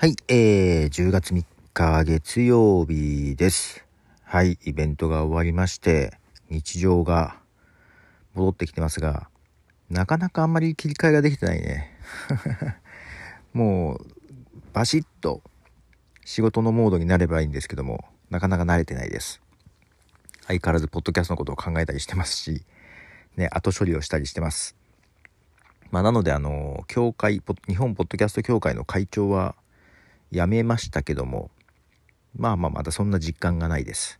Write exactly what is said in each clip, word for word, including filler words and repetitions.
はい、えー、じゅうがつみっか月曜日です。はい、イベントが終わりまして、日常が戻ってきてますが、なかなかあんまり切り替えができてないね。もう、バシッと仕事のモードになればいいんですけども、なかなか慣れてないです。相変わらずポッドキャストのことを考えたりしてますし、ね、後処理をしたりしてます。まあ、なので、あの、協会、日本ポッドキャスト協会の会長は辞めましたけども、まあまあまだそんな実感がないです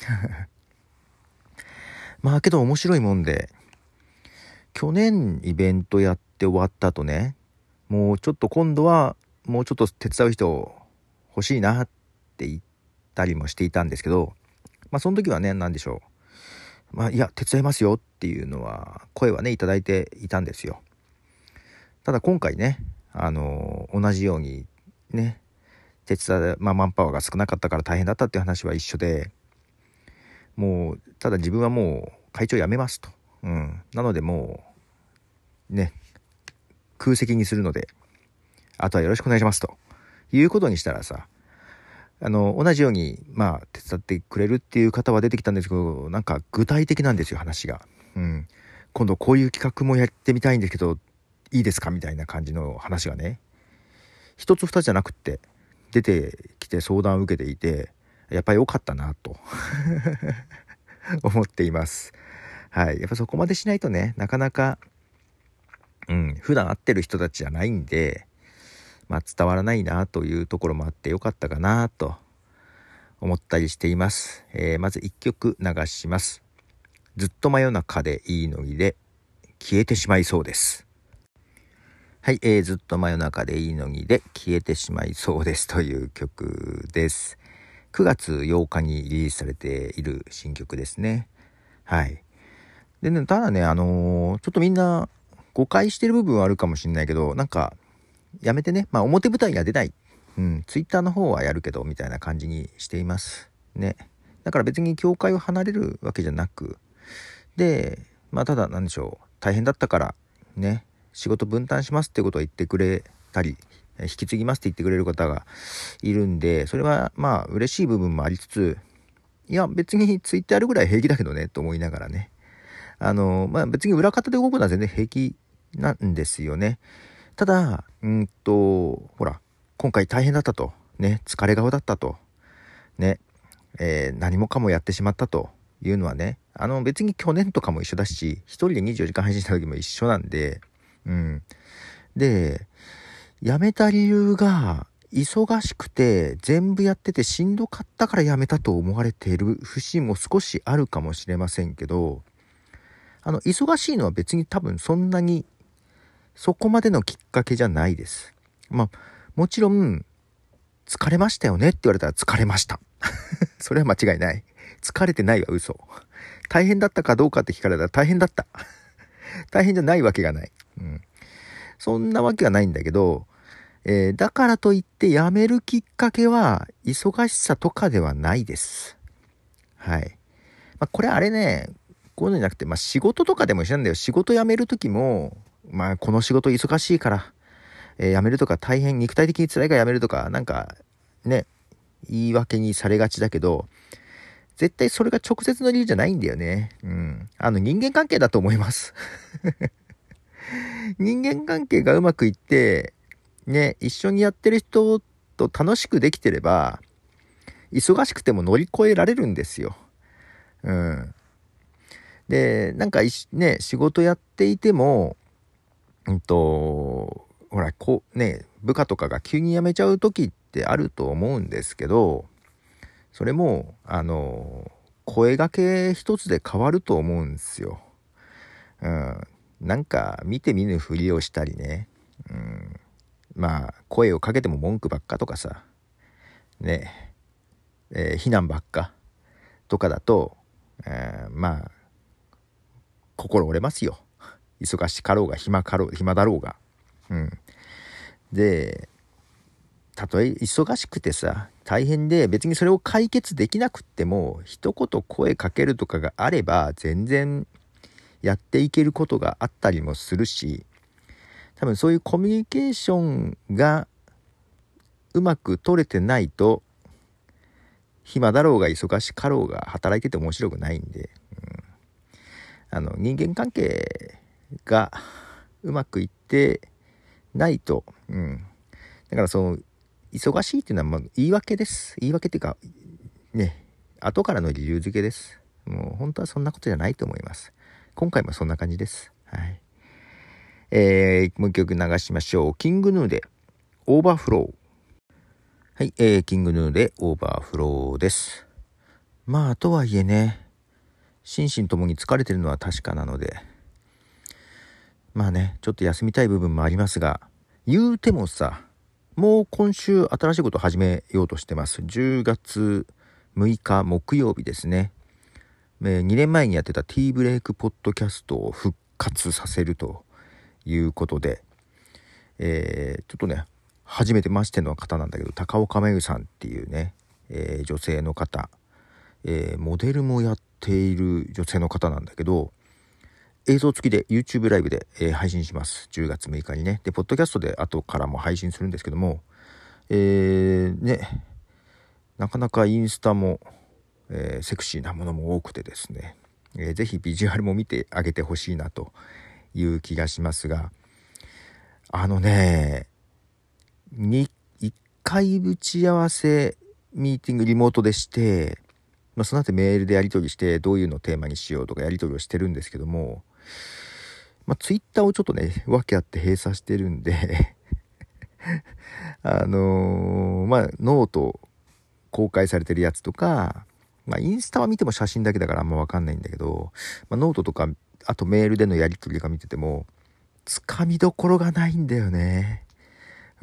まあけど面白いもんで、去年イベントやって終わった後ね、もうちょっと今度はもうちょっと手伝う人欲しいなって言ったりもしていたんですけど、まあその時はね、何でしょう、まあいや手伝いますよっていうのは声はねいただいていたんですよ。ただ今回ね、あの同じようにね、手伝う、まあマンパワーが少なかったから大変だったっていう話は一緒で、もうただ自分はもう会長辞めますと、うん、なのでもうね空席にするのであとはよろしくお願いしますということにしたらさ、あの同じようにまあ手伝ってくれるっていう方は出てきたんですけど、なんか具体的なんですよ話が、うん、今度こういう企画もやってみたいんですけどいいですかみたいな感じの話がね、一つ二つじゃなくって出てきて相談を受けていて、やっぱり良かったなと思っています。はい、やっぱそこまでしないとね、なかなか、うん、普段会ってる人たちじゃないんで、まあ伝わらないなというところもあってよかったかなと思ったりしています。えー、まずいっきょく流します。ずっと真夜中でいいのにで消えてしまいそうです。はい、えー、ずっと真夜中でいいのにで消えてしまいそうですという曲です。くがつようかにリリースされている新曲ですね。はい。でね、ただね、あのー、ちょっとみんな誤解してる部分はあるかもしれないけど、なんかやめてね、まあ表舞台には出ない、うん、ツイッターの方はやるけどみたいな感じにしていますね。だから別に教会を離れるわけじゃなく、でまあただなんでしょう、大変だったからね仕事分担しますってことを言ってくれたり、引き継ぎますって言ってくれる方がいるんで、それはまあ嬉しい部分もありつつ、いや別にツイッターやるぐらい平気だけどねと思いながらね、あのまあ別に裏方で動くのは全然平気なんですよね。ただうんとほら今回大変だったとね、疲れ顔だったとね、えー、何もかもやってしまったというのはね、あの別に去年とかも一緒だし、一人でにじゅうよじかん配信した時も一緒なんで、うんで辞めた理由が忙しくて全部やっててしんどかったから辞めたと思われている節も少しあるかもしれませんけど、あの忙しいのは別に多分そんなにそこまでのきっかけじゃないです。まあもちろん疲れましたよねって言われたら疲れましたそれは間違いない。疲れてないは嘘。大変だったかどうかって聞かれたら大変だった大変じゃないわけがない、うん、そんなわけはないんだけど、えー、だからといって辞めるきっかけは忙しさとかではないです。はい。まあ、これあれね、こういうのじゃなくて、まあ、仕事とかでも一緒なんだよ。仕事辞めるときも、まあ、この仕事忙しいから、えー、辞めるとか大変肉体的に辛いから辞めるとか、なんかね、言い訳にされがちだけど、絶対それが直接の理由じゃないんだよね。うん。あの人間関係だと思います人間関係がうまくいって、ね、一緒にやってる人と楽しくできてれば、忙しくても乗り越えられるんですよ。うん。で、なんかね、仕事やっていても、うんと、ほら、こうね、部下とかが急に辞めちゃう時ってあると思うんですけど、それも、あの、声掛け一つで変わると思うんですよ。うん。なんか、見て見ぬふりをしたりね。うん。まあ、声をかけても文句ばっかとかさ。ね。えー、非難ばっかとかだと、えー、まあ、心折れますよ。忙しかろうが暇かろう、暇だろうが。うん。で、たとえ忙しくてさ、大変で別にそれを解決できなくっても、一言声かけるとかがあれば、全然やっていけることがあったりもするし、多分そういうコミュニケーションがうまく取れてないと、暇だろうが忙しかろうが働いてて面白くないんで、うん、あの人間関係がうまくいってないと、うん、だからその忙しいっていうのはまあ言い訳です。言い訳っていうかね、後からの理由付けです。もう本当はそんなことじゃないと思います。今回もそんな感じです。はい。えー、もう一曲流しましょう。キングヌーでオーバーフロー。はい、えー、キングヌーでオーバーフローです。まあとはいえね、心身ともに疲れてるのは確かなので、まあね、ちょっと休みたい部分もありますが、言うてもさ、もう今週新しいことを始めようとしてます。じゅうがつむいか木曜日ですね。にねんまえにやってたティーブレイクポッドキャストを復活させるということで、えー、ちょっとね、初めてましての方なんだけど、高岡めぐさんっていうね、えー、女性の方、えー、モデルもやっている女性の方なんだけど、映像付きで YouTube ライブで、えー、配信します。じゅうがつむいかにね。で、ポッドキャストで後からも配信するんですけども、えー、ね、なかなかインスタも、えー、セクシーなものも多くてですね、えー、ぜひビジュアルも見てあげてほしいなという気がしますが、あのね、にいっかい打ち合わせミーティングリモートでして、まあ、その後メールでやり取りしてどういうのをテーマにしようとかやり取りをしてるんですけども、まあ、ツイッターをちょっとね訳あって閉鎖してるんであのー、まあノート公開されてるやつとか、まあインスタは見ても写真だけだからあんま分かんないんだけど、まあ、ノートとかあとメールでのやり取りとか見ててもつかみどころがないんだよね。うん、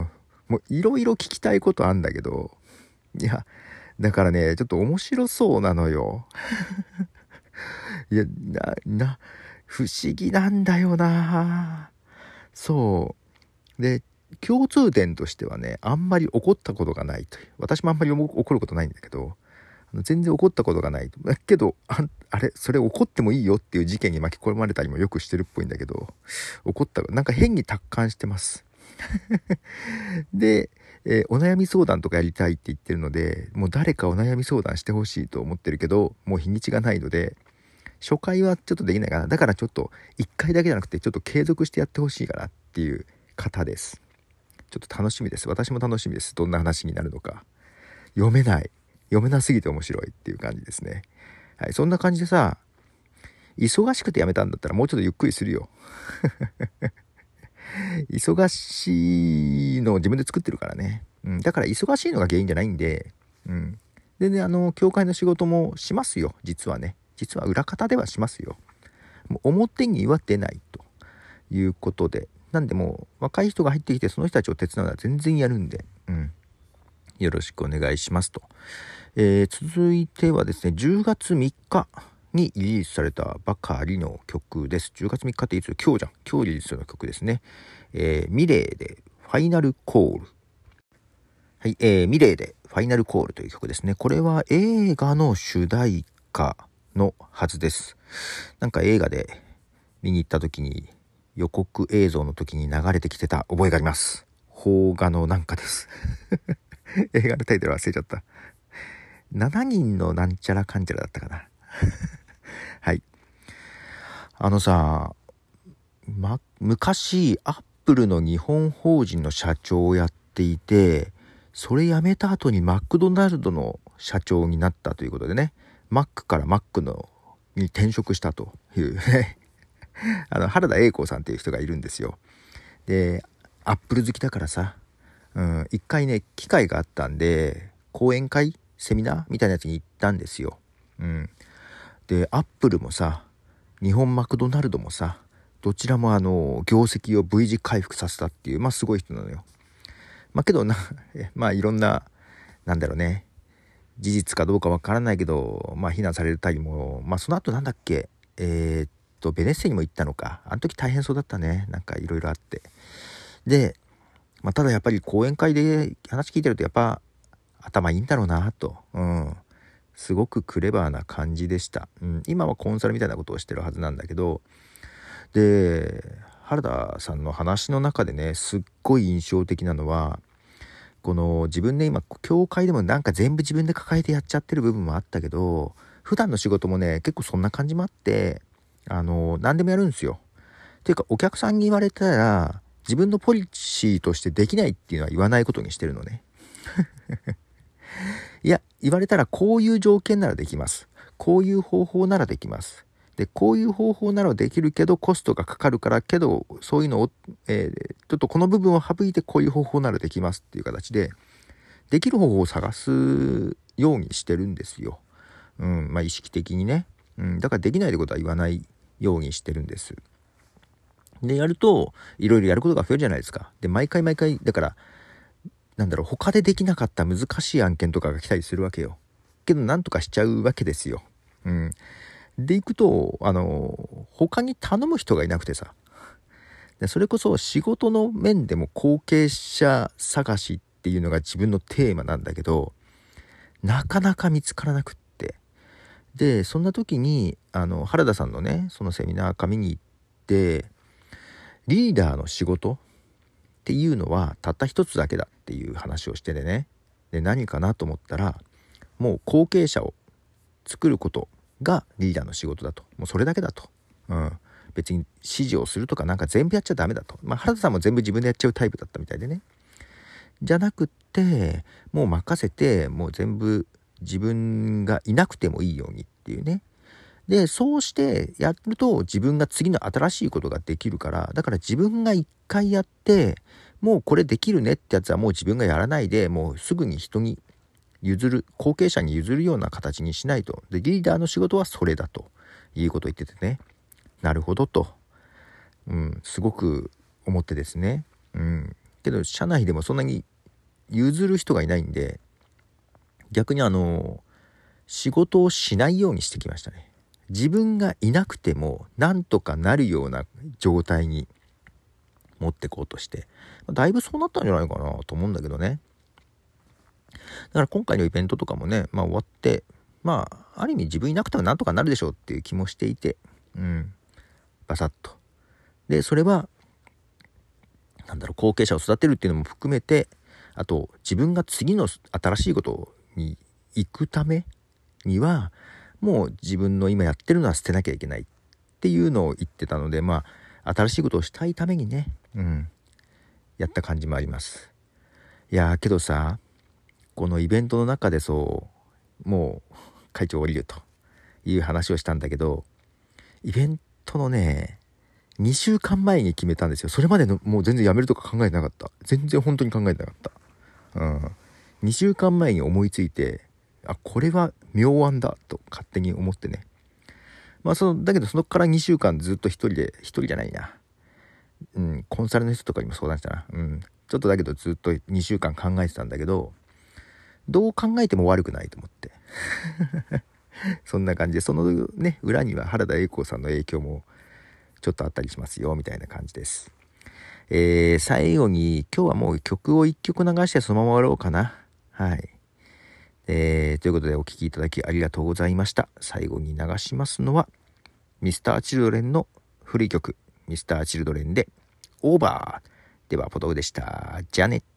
もういろいろ聞きたいことあんだけど、いやだからねちょっと面白そうなのよいやなな不思議なんだよな。そうで、共通点としてはね、あんまり怒ったことがないという。私もあんまり怒ることないんだけど、全然怒ったことがないだけど、ああれそれ怒ってもいいよっていう事件に巻き込まれたりもよくしてるっぽいんだけど、怒ったなんか変に達観してますで、えー、お悩み相談とかやりたいって言ってるので、もう誰かお悩み相談してほしいと思ってるけど、もう日にちがないので初回はちょっとできないかな。だからちょっといっかいだけじゃなくてちょっと継続してやってほしいかなっていう方です。ちょっと楽しみです。私も楽しみです。どんな話になるのか。読めない。読めなすぎて面白いっていう感じですね。はい、そんな感じでさ、忙しくてやめたんだったらもうちょっとゆっくりするよ。忙しいのを自分で作ってるからね。うん、だから忙しいのが原因じゃないんで、うん。でね、あの、教会の仕事もしますよ、実はね。実は裏方ではしますよ。もう表には出ないということで。なんでもう若い人が入ってきてその人たちを手伝うのは全然やるんで、うん。よろしくお願いしますと。えー、続いてはですね、じゅうがつみっかにリリースされたばかりの曲です。じゅうがつみっかっていつ？今日じゃん。今日リリースの曲ですね。えー、ミレーでファイナルコール。はい、えー、ミレーでファイナルコールという曲ですね。これは映画の主題歌のはずです。なんか映画で見に行った時に予告映像の時に流れてきてた覚えがあります。邦画のなんかです映画のタイトル忘れちゃった。しちにんのなんちゃらかんちゃらだったかなはい。あのさ、ま、昔アップルの日本法人の社長をやっていて、それ辞めた後にマクドナルドの社長になったということでね、マックからマックのに転職したというねあの原田栄子さんっていう人がいるんですよ。で、アップル好きだからさ、うん、一回ね機会があったんで講演会セミナーみたいなやつに行ったんですよ。うん、でアップルもさ日本マクドナルドもさどちらもあの業績を V 字回復させたっていうまあすごい人なのよ。まあけどなまあいろんななんだろうね事実かどうかわからないけどまあ非難されたりもまあその後なんだっけえー、っとベネッセにも行ったのか。あの時大変そうだったね。なんかいろいろあってで、まあ、ただやっぱり講演会で話聞いてるとやっぱ頭いいんだろうなと、うん、すごくクレバーな感じでした、うん、今はコンサルみたいなことをしてるはずなんだけど、で原田さんの話の中でねすっごい印象的なのはこの自分で今教会でもなんか全部自分で抱えてやっちゃってる部分もあったけど、普段の仕事もね結構そんな感じもあって、あの何でもやるんですよ。っていうかお客さんに言われたら自分のポリシーとしてできないっていうのは言わないことにしてるのね。いや、言われたらこういう条件ならできます、こういう方法ならできます、でこういう方法ならできるけどコストがかかるからけど、そういうのを、えー、ちょっとこの部分を省いてこういう方法ならできますっていう形でできる方法を探すようにしてるんですよ。うん、まあ意識的にね、うん、だからできないってことは言わないようにしてるんです。でやるといろいろやることが増えるじゃないですか。で毎回毎回だからなんだろう、他でできなかった難しい案件とかが来たりするわけよ。けどなんとかしちゃうわけですよ。うん。で行くとあの他に頼む人がいなくてさ、でそれこそ仕事の面でも後継者探しっていうのが自分のテーマなんだけど、なかなか見つからなくって、でそんな時にあの原田さんのねそのセミナーか見に行って、リーダーの仕事っていうのはたった一つだけだっていう話をしててね、で何かなと思ったら、もう後継者を作ることがリーダーの仕事だと、もうそれだけだと、うん、別に指示をするとかなんか全部やっちゃダメだと、まあ原田さんも全部自分でやっちゃうタイプだったみたいでね、じゃなくってもう任せて、もう全部自分がいなくてもいいようにっていうね。でそうしてやると自分が次の新しいことができるから、だから自分が一回やってもうこれできるねってやつはもう自分がやらないで、もうすぐに人に譲る、後継者に譲るような形にしないと。でリーダーの仕事はそれだということを言っててね、なるほどと、うん、すごく思ってですね、うん、けど社内でもそんなに譲る人がいないんで、逆にあの仕事をしないようにしてきましたね。自分がいなくてもなんとかなるような状態に持ってこうとして、だいぶそうなったんじゃないかなと思うんだけどね。だから今回のイベントとかもね、まあ終わってまあある意味自分いなくてもなんとかなるでしょうっていう気もしていて、うんバサッと、でそれはなんだろう、後継者を育てるっていうのも含めて、あと自分が次の新しいことに行くためにはもう自分の今やってるのは捨てなきゃいけないっていうのを言ってたので、まあ新しいことをしたいためにね、うんやった感じもあります。いやーけどさ、このイベントの中でそうもう会長降りるという話をしたんだけど、イベントのねにしゅうかんまえに決めたんですよ。それまでのもう全然やめるとか考えてなかった。全然本当に考えてなかった。うん。にしゅうかんまえに思いついて、あ、これは妙案だと勝手に思ってね。まあそのだけどそのからにしゅうかんずっと一人で、一人じゃないな。うん、コンサルの人とかにも相談したな。うん。ちょっとだけどずっとにしゅうかん考えてたんだけど、どう考えても悪くないと思って。そんな感じで、そのね、裏には原田栄子さんの影響もちょっとあったりしますよみたいな感じです。えー、最後に今日はもう曲をいっきょく流してそのまま終わろうかな。はい、えー、ということでお聴きいただきありがとうございました。最後に流しますのはミスターチルドレンの古い曲、ミスターチルドレンでオーバー。ではポトフでした。じゃあね。